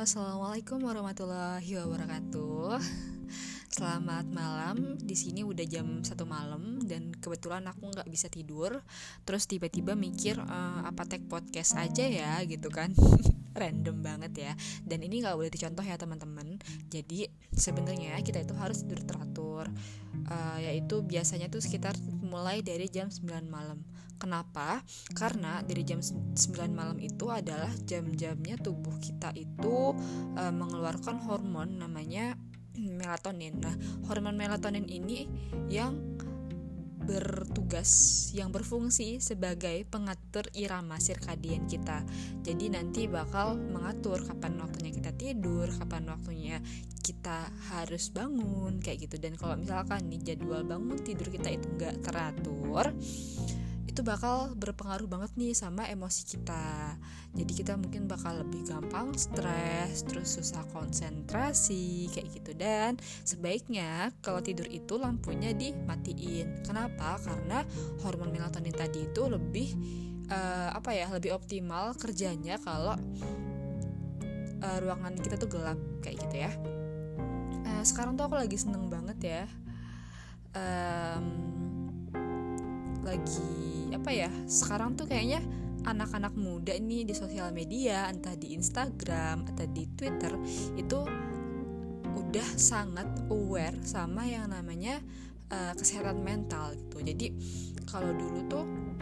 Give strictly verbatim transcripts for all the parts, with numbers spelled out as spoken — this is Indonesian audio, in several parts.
Assalamualaikum warahmatullahi wabarakatuh. Selamat malam. Di sini udah jam satu malam dan kebetulan aku nggak bisa tidur. Terus tiba-tiba mikir e, apa tag podcast aja ya gitu kan. Random banget ya. Dan ini nggak boleh dicontoh ya teman-teman. Jadi sebenarnya kita itu harus tidur teratur. Uh, yaitu biasanya tuh sekitar mulai dari jam sembilan malam. Kenapa? Karena dari jam sembilan malam itu adalah jam-jamnya tubuh kita itu uh, mengeluarkan hormon namanya melatonin. Nah, hormon melatonin ini yang bertugas, yang berfungsi sebagai pengatur irama sirkadian kita. Jadi nanti bakal mengatur kapan waktunya kita tidur, kapan waktunya kita harus bangun, kayak gitu. Dan kalau misalkan nih jadwal bangun tidur kita itu nggak teratur, itu bakal berpengaruh banget nih sama emosi kita. Jadi kita mungkin bakal lebih gampang stres, terus susah konsentrasi, kayak gitu. Dan sebaiknya kalau tidur itu lampunya dimatiin. Kenapa? Karena hormon melatonin tadi itu lebih uh, apa ya, lebih optimal kerjanya kalau uh, ruangan kita tuh gelap, kayak gitu ya. Uh, sekarang tuh aku lagi seneng banget ya. Um, lagi apa ya, sekarang tuh kayaknya anak-anak muda nih di sosial media, entah di Instagram atau di Twitter, itu udah sangat aware sama yang namanya uh, kesehatan mental gitu. Jadi kalau dulu tuh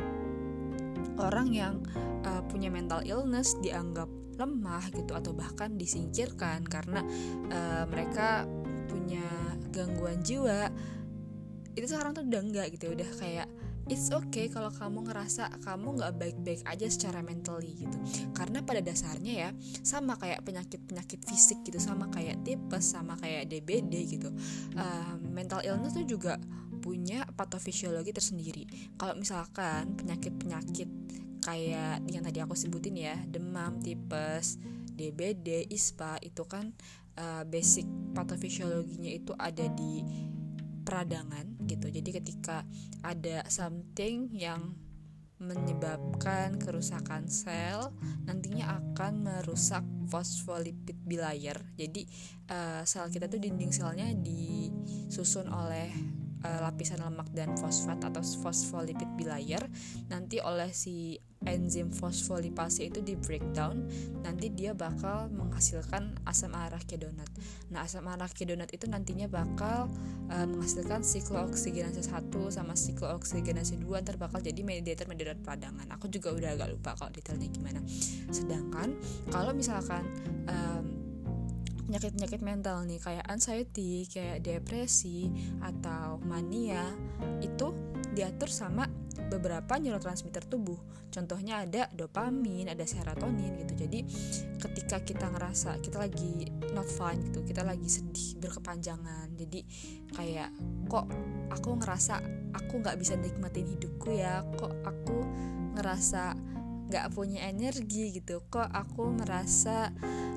orang yang uh, punya mental illness dianggap lemah gitu, atau bahkan disingkirkan karena uh, mereka punya gangguan jiwa. Itu sekarang tuh udah enggak gitu, udah kayak it's okay kalau kamu ngerasa kamu gak baik-baik aja secara mentally gitu. Karena pada dasarnya ya sama kayak penyakit-penyakit fisik gitu, sama kayak tipes, sama kayak D B D gitu. uh, Mental illness tuh juga punya patofisiologi tersendiri. Kalau misalkan penyakit-penyakit kayak yang tadi aku sebutin ya, demam, tipes, D B D, ispa, itu kan uh, basic patofisiologinya itu ada di peradangan gitu. Jadi ketika ada something yang menyebabkan kerusakan sel, nantinya akan merusak fosfolipid bilayer. Jadi uh, sel kita tuh dinding selnya disusun oleh uh, lapisan lemak dan fosfat atau fosfolipid bilayer. Nanti oleh si enzim fosfolipase itu di breakdown, nanti dia bakal menghasilkan asam arakedonat. Nah, asam arakedonat itu nantinya bakal uh, menghasilkan siklooksigenase satu sama siklooksigenase dua, ntar bakal jadi mediator-mediator peradangan. Aku juga udah agak lupa kalau detailnya gimana. Sedangkan kalau misalkan um, penyakit-penyakit mental nih kayak anxiety, kayak depresi atau mania, itu diatur sama beberapa neurotransmitter tubuh. Contohnya ada dopamin, ada serotonin gitu. Jadi ketika kita ngerasa kita lagi not fine gitu, kita lagi sedih berkepanjangan, jadi kayak kok aku ngerasa aku gak bisa nikmatin hidupku ya, kok aku ngerasa gak punya energi gitu, kok aku ngerasa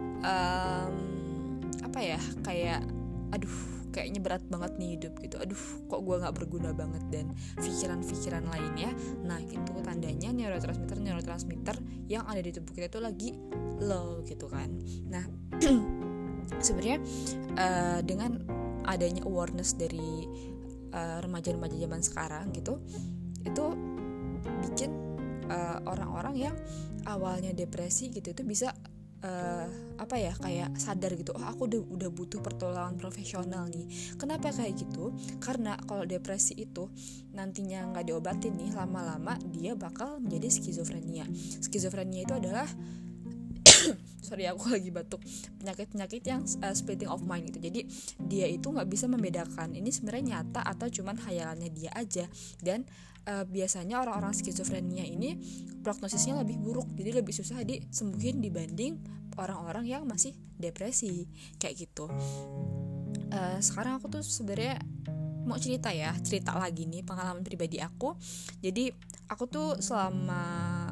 um, apa ya, kayak aduh kayaknya berat banget nih hidup gitu, aduh kok gue gak berguna banget, dan pikiran-pikiran lainnya. Nah itu tandanya neurotransmitter-neurotransmitter yang ada di tubuh kita itu lagi low gitu kan. Nah sebenarnya uh, dengan adanya awareness dari uh, remaja-remaja zaman sekarang gitu, itu bikin uh, orang-orang yang awalnya depresi gitu itu bisa Uh, apa ya, kayak sadar gitu, oh aku udah, udah butuh pertolongan profesional nih. Kenapa kayak gitu? Karena kalau depresi itu nantinya nggak diobatin nih, lama-lama dia bakal menjadi skizofrenia. Skizofrenia itu adalah sorry aku lagi batuk, penyakit-penyakit yang uh, splitting of mind gitu. Jadi dia itu nggak bisa membedakan ini sebenarnya nyata atau cuman hayalannya dia aja. Dan uh, biasanya orang-orang skizofrenia ini prognosisnya lebih buruk, jadi lebih susah disembuhin dibanding orang-orang yang masih depresi kayak gitu. Uh, sekarang aku tuh sebenarnya mau cerita ya, cerita lagi nih pengalaman pribadi aku. Jadi aku tuh selama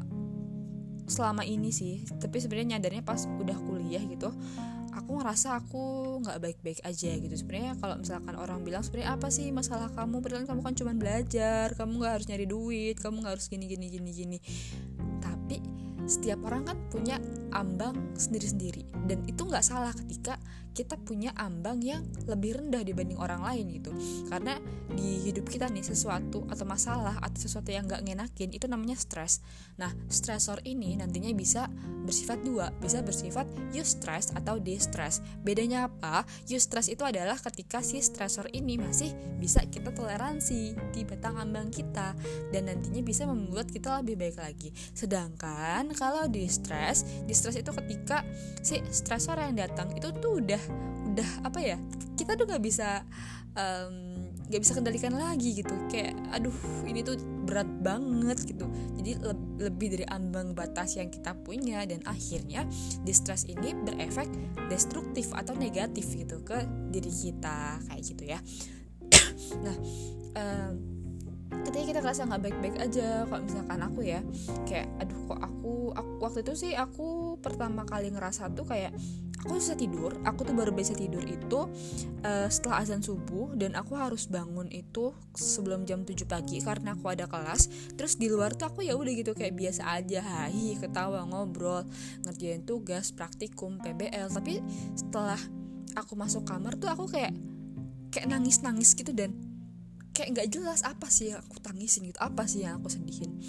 selama ini sih, tapi sebenarnya nyadarnya pas udah kuliah gitu, aku ngerasa aku nggak baik-baik aja gitu. Sebenarnya kalau misalkan orang bilang sebenarnya apa sih masalah kamu, padahal kamu kan cuma belajar, kamu nggak harus nyari duit, kamu nggak harus gini gini gini gini. Tapi setiap orang kan punya ambang sendiri-sendiri, dan itu nggak salah ketika kita punya ambang yang lebih rendah dibanding orang lain gitu. Karena di hidup kita nih, sesuatu atau masalah atau sesuatu yang nggak ngenakin itu namanya stres. Nah, stresor ini nantinya bisa bersifat dua, bisa bersifat eustress atau distress. Bedanya apa? Eustress itu adalah ketika si stresor ini masih bisa kita toleransi di batang ambang kita, dan nantinya bisa membuat kita lebih baik lagi. Sedangkan kalau distress, distress itu ketika si stresor yang datang itu tuh udah udah apa ya, kita tuh nggak bisa nggak um, bisa kendalikan lagi gitu, kayak aduh ini tuh berat banget gitu, jadi le- lebih dari ambang batas yang kita punya, dan akhirnya distress ini berefek destruktif atau negatif gitu ke diri kita kayak gitu ya. Nah, um, ketika kita ngerasa nggak baik-baik aja, kalau misalkan aku ya kayak aduh kok aku, aku waktu itu sih aku pertama kali ngerasa tuh kayak aku bisa tidur, aku tuh baru bisa tidur itu uh, setelah azan subuh, dan aku harus bangun itu sebelum jam tujuh pagi karena aku ada kelas. Terus di luar tuh aku ya udah gitu kayak biasa aja, hahi, ketawa, ngobrol, ngerjain tugas, praktikum, P B L. Tapi setelah aku masuk kamar tuh aku kayak kayak nangis-nangis gitu, dan kayak nggak jelas apa sih yang aku tangisin gitu, apa sih yang aku sedihin.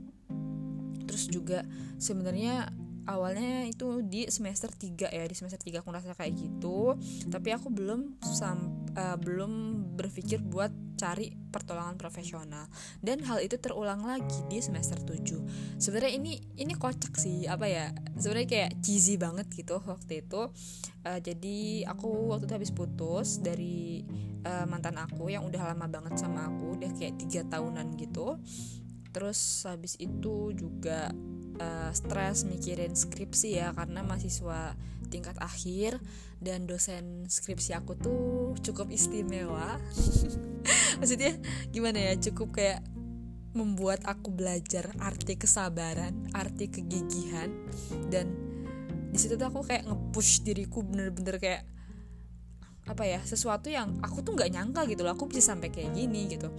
Terus juga sebenarnya awalnya itu di semester tiga ya, di semester tiga aku ngerasa kayak gitu, tapi aku belum sam, uh, belum berpikir buat cari pertolongan profesional, dan hal itu terulang lagi di semester tujuh. Sebenarnya ini ini kocak sih, apa ya, sebenarnya kayak cheesy banget gitu waktu itu. Uh, jadi aku waktu itu habis putus dari uh, mantan aku yang udah lama banget sama aku, udah kayak tiga tahunan gitu. Terus habis itu juga Uh, stres mikirin skripsi ya, karena mahasiswa tingkat akhir dan dosen skripsi aku tuh cukup istimewa. Maksudnya gimana ya, cukup kayak membuat aku belajar arti kesabaran, arti kegigihan, dan di situ tuh aku kayak nge-push diriku bener-bener kayak apa ya, sesuatu yang aku tuh nggak nyangka gitu loh, aku bisa sampai kayak gini gitu.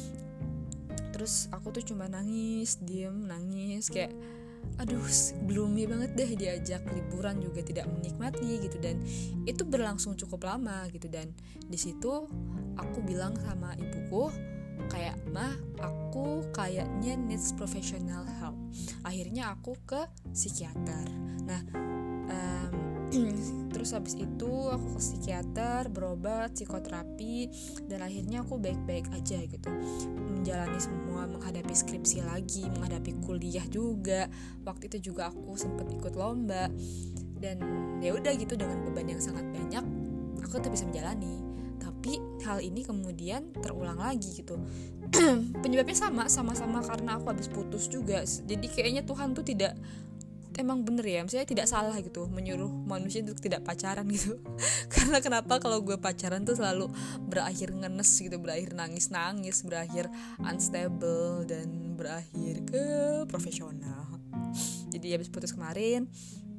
Terus aku tuh cuma nangis, diem, nangis kayak aduh gloomy banget deh, diajak liburan juga tidak menikmati gitu, dan itu berlangsung cukup lama gitu. Dan di situ aku bilang sama ibuku kayak, "Ma, aku kayaknya needs professional help." Akhirnya aku ke psikiater. Nah, um, terus habis itu aku ke psikiater, berobat, psikoterapi, dan akhirnya aku baik-baik aja gitu, menjalani semua, menghadapi skripsi lagi, menghadapi kuliah juga. Waktu itu juga aku sempat ikut lomba, dan ya udah gitu, dengan beban yang sangat banyak aku tuh bisa menjalani. Tapi hal ini kemudian terulang lagi gitu. Penyebabnya sama, sama-sama karena aku habis putus juga. Jadi kayaknya Tuhan tuh tidak, emang bener ya, misalnya tidak salah gitu menyuruh manusia untuk tidak pacaran gitu. Karena kenapa, kalau gue pacaran tuh selalu berakhir ngenes gitu, berakhir nangis-nangis, berakhir unstable, dan berakhir ke profesional. Jadi habis putus kemarin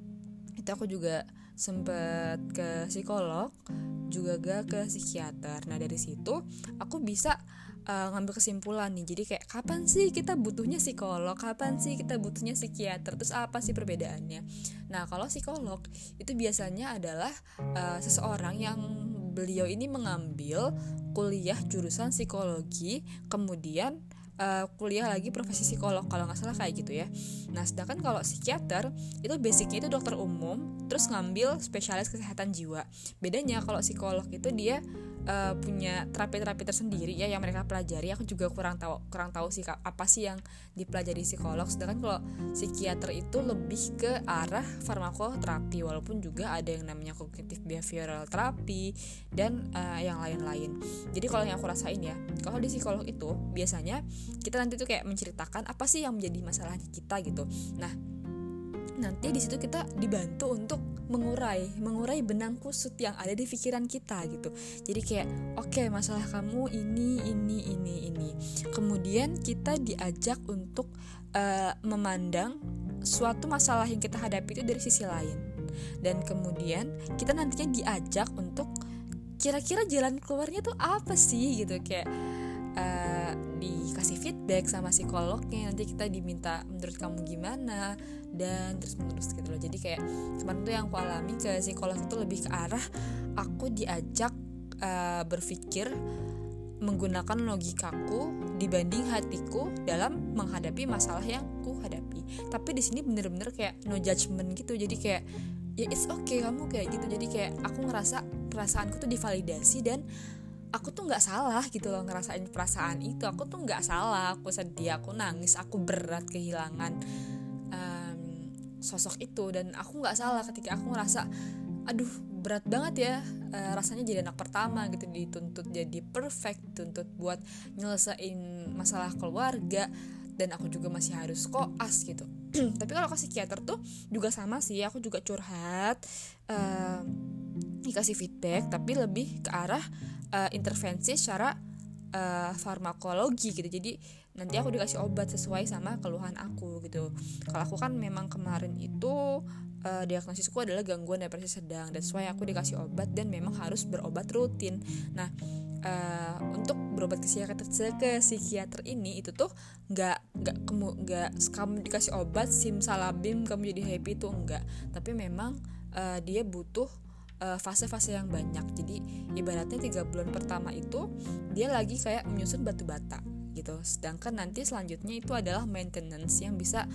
itu aku juga sempet ke psikolog, juga gak ke psikiater. Nah dari situ aku bisa Uh, ngambil kesimpulan nih. Jadi kayak kapan sih kita butuhnya psikolog, kapan sih kita butuhnya psikiater, terus apa sih perbedaannya. Nah kalau psikolog itu biasanya adalah uh, seseorang yang beliau ini mengambil kuliah jurusan psikologi, kemudian uh, kuliah lagi profesi psikolog, kalau nggak salah kayak gitu ya. Nah sedangkan kalau psikiater itu basicnya itu dokter umum, terus ngambil spesialis kesehatan jiwa. Bedanya kalau psikolog itu dia Uh, punya terapi-terapi tersendiri ya yang mereka pelajari. Aku juga kurang tahu kurang tahu sih apa sih yang dipelajari psikolog. Sedangkan kalau psikiater itu lebih ke arah farmakoterapi, walaupun juga ada yang namanya cognitive behavioral therapy dan uh, yang lain-lain. Jadi kalau yang aku rasain ya, kalau di psikolog itu biasanya kita nanti tuh kayak menceritakan apa sih yang menjadi masalahnya kita gitu. Nah nanti di situ kita dibantu untuk mengurai mengurai benang kusut yang ada di pikiran kita gitu. Jadi kayak oke okay, masalah kamu ini ini ini ini. Kemudian kita diajak untuk uh, memandang suatu masalah yang kita hadapi itu dari sisi lain. Dan kemudian kita nantinya diajak untuk kira-kira jalan keluarnya tuh apa sih gitu, kayak uh, dikasih feedback sama psikolognya, nanti kita diminta menurut kamu gimana, dan terus menerus gitu loh. Jadi kayak kemarin tuh yang aku alami ke psikolog itu lebih ke arah aku diajak uh, berpikir menggunakan logikaku dibanding hatiku dalam menghadapi masalah yang ku hadapi. Tapi di sini bener-bener kayak no judgment gitu. Jadi kayak ya it's okay kamu kayak gitu. Jadi kayak aku ngerasa perasaanku tuh divalidasi dan aku tuh nggak salah gitu loh ngerasain perasaan itu. Aku tuh nggak salah. Aku sedih, aku nangis, aku berat kehilangan um, sosok itu, dan aku nggak salah ketika aku ngerasa aduh berat banget ya, uh, rasanya jadi anak pertama gitu, dituntut jadi perfect, dituntut buat nyelesain masalah keluarga, dan aku juga masih harus koas gitu. Tapi kalau ke psikiater tuh juga sama sih, aku juga curhat, uh, dikasih feedback, tapi lebih ke arah uh, intervensi secara uh, farmakologi gitu. Jadi nanti aku dikasih obat sesuai sama keluhan aku gitu. Kalau aku kan memang kemarin itu Uh, diagnosisku adalah gangguan depresi sedang, dan sesuai aku dikasih obat dan memang harus berobat rutin. Nah, uh, untuk berobat ke psikiater, ke psikiater ini itu tuh nggak nggak kamu nggak kamu dikasih obat simsalabim kamu jadi happy, itu enggak. Tapi memang uh, dia butuh uh, fase-fase yang banyak. Jadi ibaratnya tiga bulan pertama itu dia lagi kayak menyusun batu bata gitu. Sedangkan nanti selanjutnya itu adalah maintenance yang bisa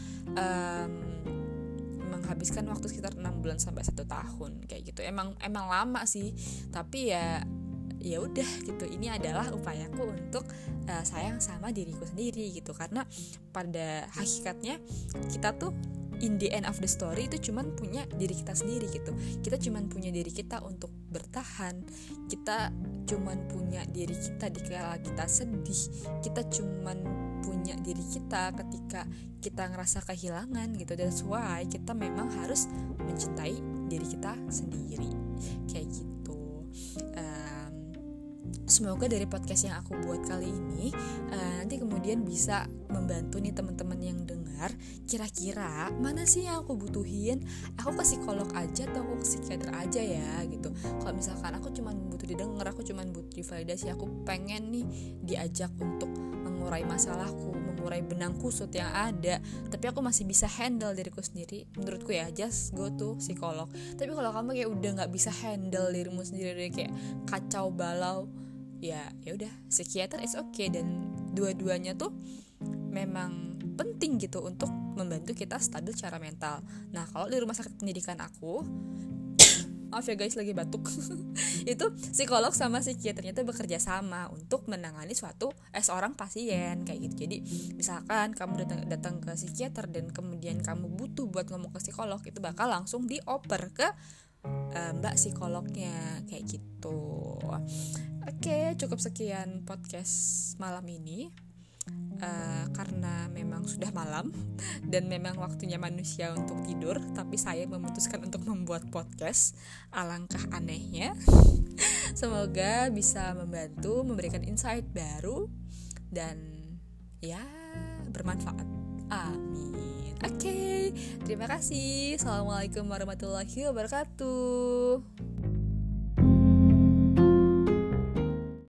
um, menghabiskan waktu sekitar enam bulan sampai satu tahun kayak gitu. Emang emang lama sih, tapi ya ya udah gitu. Ini adalah upayaku untuk uh, sayang sama diriku sendiri gitu. Karena pada hakikatnya kita tuh in the end of the story itu cuman punya diri kita sendiri gitu. Kita cuman punya diri kita untuk bertahan. Kita cuman punya diri kita di kala kita sedih. Kita cuman punya diri kita ketika kita ngerasa kehilangan gitu. That's why kita memang harus mencintai diri kita sendiri kayak gitu. um, Semoga dari podcast yang aku buat kali ini uh, nanti kemudian bisa membantu nih teman-teman yang dengar. Kira-kira mana sih yang aku butuhin? Aku ke psikolog aja atau aku ke psikiater aja ya gitu. Kalau misalkan aku cuma butuh didengar, aku cuma butuh divalidasi, aku pengen nih diajak untuk mengurai masalahku, mengurai benang kusut yang ada, tapi aku masih bisa handle diriku sendiri, menurutku ya just go to psikolog. Tapi kalau kamu kayak udah nggak bisa handle dirimu sendiri, kayak kacau balau, ya ya udah psikiater is okay. Dan dua-duanya tuh memang penting gitu untuk membantu kita stabil secara mental. Nah kalau di rumah sakit pendidikan aku maaf ya guys lagi batuk itu psikolog sama psikiaternya itu bekerja sama untuk menangani suatu eh seorang pasien kayak gitu. Jadi misalkan kamu datang datang ke psikiater dan kemudian kamu butuh buat ngomong ke psikolog, itu bakal langsung dioper ke uh, mbak psikolognya kayak gitu. Oke, cukup sekian podcast malam ini. Uh, karena memang sudah malam dan memang waktunya manusia untuk tidur, tapi saya memutuskan untuk membuat podcast. Alangkah anehnya. Semoga bisa membantu, memberikan insight baru dan ya bermanfaat. Amin. Oke, okay, terima kasih. Assalamualaikum warahmatullahi wabarakatuh.